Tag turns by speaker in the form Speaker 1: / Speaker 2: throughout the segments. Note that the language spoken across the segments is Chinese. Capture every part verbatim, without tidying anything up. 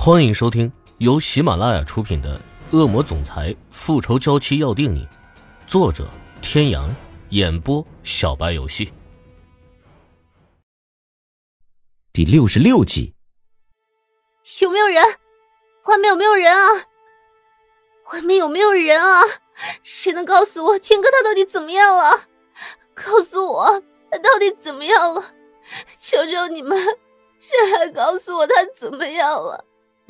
Speaker 1: 欢迎收听由喜马拉雅出品的《恶魔总裁复仇娇妻要定你》，作者天阳，演播小白游戏。
Speaker 2: 第六十六集。
Speaker 3: 有没有人？外面有没有人啊？外面有没有人啊？谁能告诉我天哥他到底怎么样了？告诉我他到底怎么样了？求求你们，谁来告诉我他怎么样了？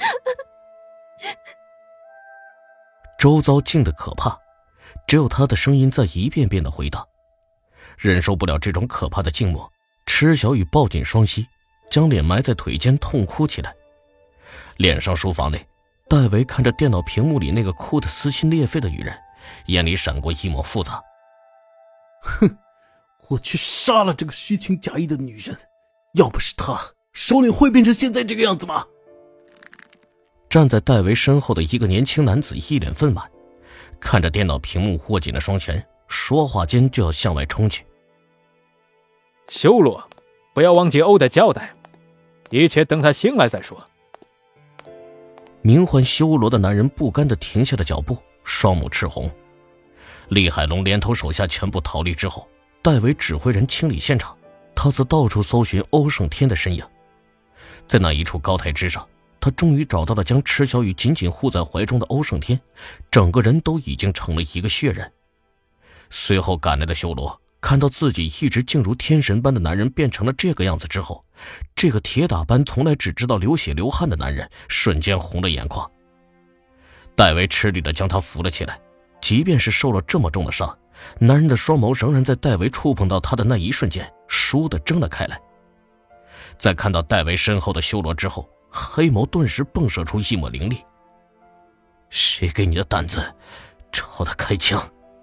Speaker 1: 周遭静得可怕，只有他的声音在一遍遍的回荡。忍受不了这种可怕的静默，池小雨抱紧双膝，将脸埋在腿间痛哭起来。脸上书房内，戴维看着电脑屏幕里那个哭得撕心裂肺的女人，眼里闪过一抹复杂。
Speaker 4: 哼，我去杀了这个虚情假意的女人，要不是她，首领会变成现在这个样子吗？
Speaker 1: 站在戴维身后的一个年轻男子一脸愤懑，看着电脑屏幕握紧了双拳，说话间就要向外冲去。
Speaker 5: 修罗，不要忘记欧的交代，一切等他醒来再说。
Speaker 1: 名唤修罗的男人不甘地停下了脚步，双目赤红。厉海龙连同手下全部逃离之后，戴维指挥人清理现场，他则到处搜寻欧胜天的身影。在那一处高台之上，他终于找到了将池小雨紧紧护在怀中的欧胜天，整个人都已经成了一个血人。随后赶来的修罗看到自己一直静如天神般的男人变成了这个样子之后，这个铁打般从来只知道流血流汗的男人瞬间红了眼眶。戴维吃力地将他扶了起来，即便是受了这么重的伤，男人的双眸仍然在戴维触碰到他的那一瞬间倏地睁了开来。在看到戴维身后的修罗之后，黑眸顿时迸射出一抹凌厉。谁给你的胆子朝他开枪？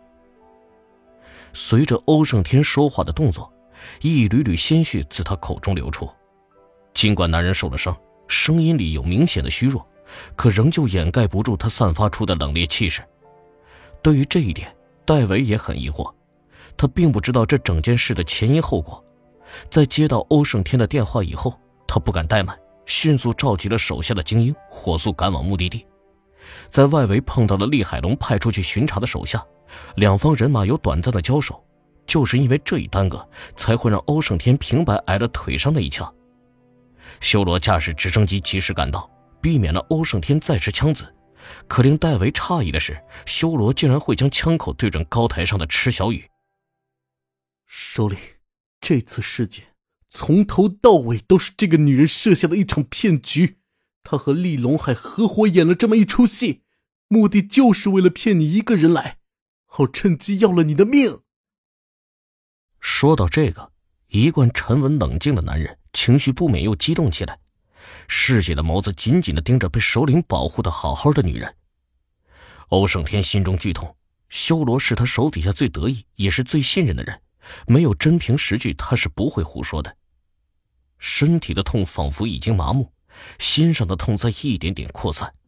Speaker 1: 随着欧胜天说话的动作，一缕缕鲜血自他口中流出。尽管男人受了伤，声音里有明显的虚弱，可仍旧掩盖不住他散发出的冷冽气势。对于这一点，戴维也很疑惑，他并不知道这整件事的前因后果。在接到欧胜天的电话以后，他不敢怠慢，迅速召集了手下的精英，火速赶往目的地。在外围碰到了厉海龙派出去巡查的手下，两方人马有短暂的交手，就是因为这一耽搁，才会让欧胜天平白挨了腿上的一枪。修罗驾驶直升机及时赶到，避免了欧胜天再持枪子。可令戴维诧异的是，修罗竟然会将枪口对准高台上的池小雨。
Speaker 4: 首领，这次事件从头到尾都是这个女人设下的一场骗局，她和厉龙海合伙演了这么一出戏，目的就是为了骗你一个人来，好趁机要了你的命。
Speaker 1: 说到这个，一贯沉稳冷静的男人情绪不免又激动起来，嗜血的眸子紧紧地盯着被首领保护的好好的女人。欧胜天心中剧痛，修罗是他手底下最得意也是最信任的人，没有真凭实据他是不会胡说的。身体的痛仿佛已经麻木，心上的痛在一点点扩散。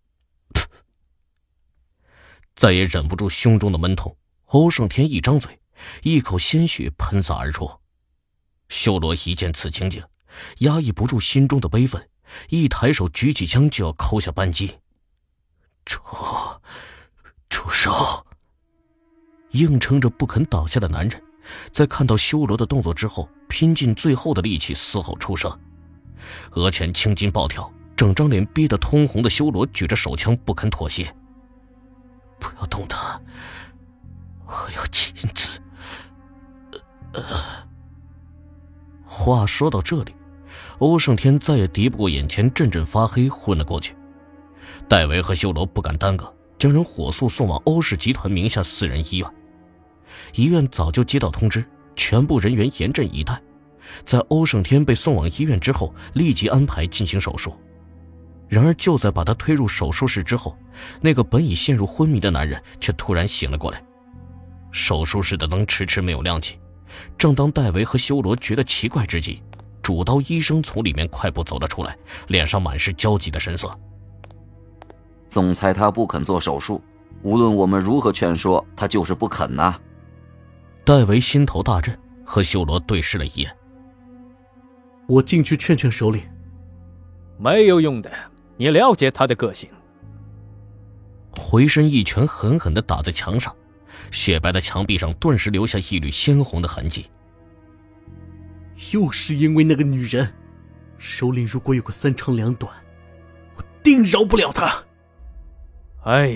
Speaker 1: 再也忍不住胸中的闷痛，欧胜天一张嘴，一口鲜血喷洒而出。修罗一见此情景，压抑不住心中的悲愤，一抬手举起枪就要扣下扳机。住住手！硬撑着不肯倒下的男人，在看到修罗的动作之后，拼尽最后的力气嘶吼出声。额前青筋暴跳，整张脸逼得通红的修罗举着手枪不肯妥协。不要动他，我要亲自……呃……话说到这里，欧胜天再也敌不过眼前阵阵发黑，昏了过去。戴维和修罗不敢耽搁，将人火速送往欧氏集团名下私人医院。医院早就接到通知，全部人员严阵以待。在欧胜天被送往医院之后，立即安排进行手术。然而就在把他推入手术室之后，那个本已陷入昏迷的男人却突然醒了过来。手术室的灯迟迟没有亮起，正当戴维和修罗觉得奇怪之际，主刀医生从里面快步走了出来，脸上满是焦急的神色。
Speaker 2: 总裁他不肯做手术，无论我们如何劝说，他就是不肯呐、啊。
Speaker 1: 戴维心头大震，和修罗对视了一眼。
Speaker 4: 我进去劝劝首领。
Speaker 5: 没有用的， 你了解他的个性。
Speaker 1: 回身一拳狠狠地打在墙上，雪白的墙壁上顿时留下一缕鲜红的痕迹。
Speaker 4: 又是因为那个女人，首领如果有个三长两短，我定饶不了她。
Speaker 5: 哎，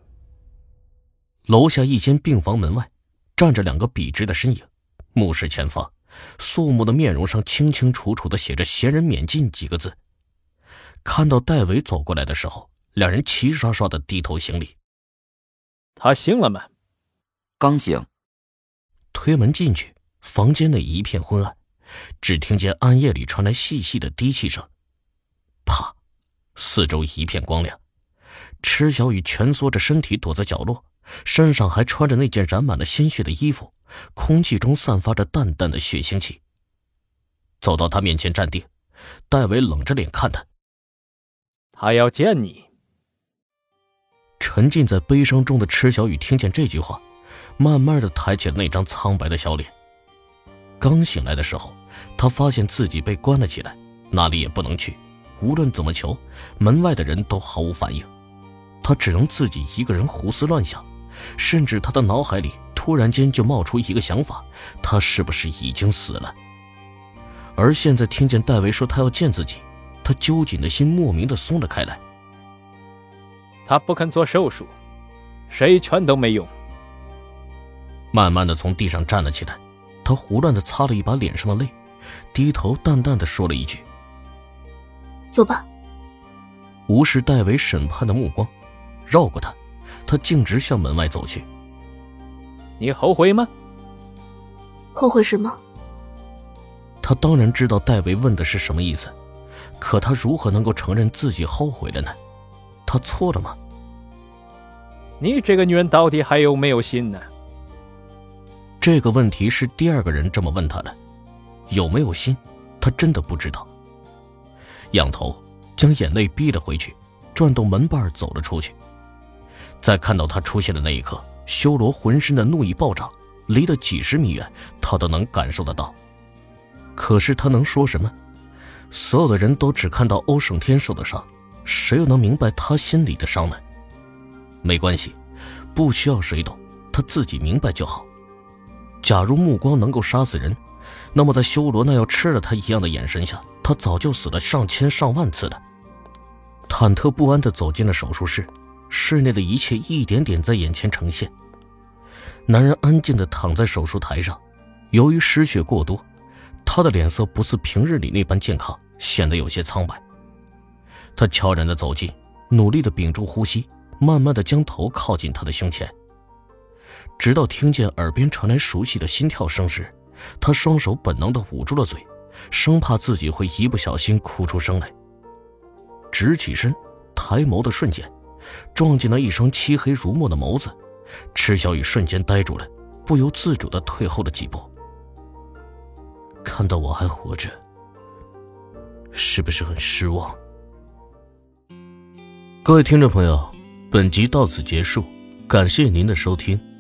Speaker 1: 楼下一间病房门外站着两个笔直的身影，目视前方，肃穆的面容上清清楚楚地写着闲人免进几个字。看到戴维走过来的时候，两人齐刷刷地低头行礼。
Speaker 5: 他醒了吗？
Speaker 2: 刚醒。
Speaker 1: 推门进去，房间内一片昏暗，只听见暗夜里传来细细的低气声。啪，四周一片光亮。池小雨蜷缩着身体躲在角落，身上还穿着那件染满了鲜血的衣服，空气中散发着淡淡的血腥气。走到他面前站定，戴维冷着脸看他。
Speaker 5: 他要见你。
Speaker 1: 沉浸在悲伤中的池小雨听见这句话，慢慢地抬起了那张苍白的小脸。刚醒来的时候，他发现自己被关了起来，哪里也不能去，无论怎么求，门外的人都毫无反应。他只能自己一个人胡思乱想，甚至他的脑海里突然间就冒出一个想法，他是不是已经死了？而现在听见戴维说他要见自己，他揪紧的心莫名地松了开来。
Speaker 5: 他不肯做手术，谁劝都没用。
Speaker 1: 慢慢地从地上站了起来，他胡乱地擦了一把脸上的泪，低头淡淡地说了一句：
Speaker 3: 走吧。
Speaker 1: 无视戴维审判的目光，绕过他，他径直向门外走去。
Speaker 5: 你后悔吗？
Speaker 3: 后悔什么？
Speaker 1: 他当然知道戴维问的是什么意思，可他如何能够承认自己后悔了呢？他错了吗？
Speaker 5: 你这个女人到底还有没有心呢？
Speaker 1: 这个问题是第二个人这么问他的，有没有心，他真的不知道。仰头将眼泪逼了回去，转动门把走了出去。在看到他出现的那一刻，修罗浑身的怒意暴涨，离得几十米远，他都能感受得到。可是他能说什么？所有的人都只看到欧胜天受的伤，谁又能明白他心里的伤呢？没关系，不需要谁懂，他自己明白就好。假如目光能够杀死人，那么在修罗那要吃了他一样的眼神下，他早就死了上千上万次了。忐忑不安地走进了手术室，室内的一切一点点在眼前呈现。男人安静地躺在手术台上，由于失血过多，他的脸色不似平日里那般健康，显得有些苍白。他悄然地走近，努力地屏住呼吸，慢慢地将头靠近他的胸前。直到听见耳边传来熟悉的心跳声时，他双手本能地捂住了嘴，生怕自己会一不小心哭出声来。直起身，抬眸的瞬间，撞进了一双漆黑如墨的眸子，池小雨瞬间呆住了，不由自主地退后了几步。看到我还活着，是不是很失望？各位听众朋友，本集到此结束，感谢您的收听。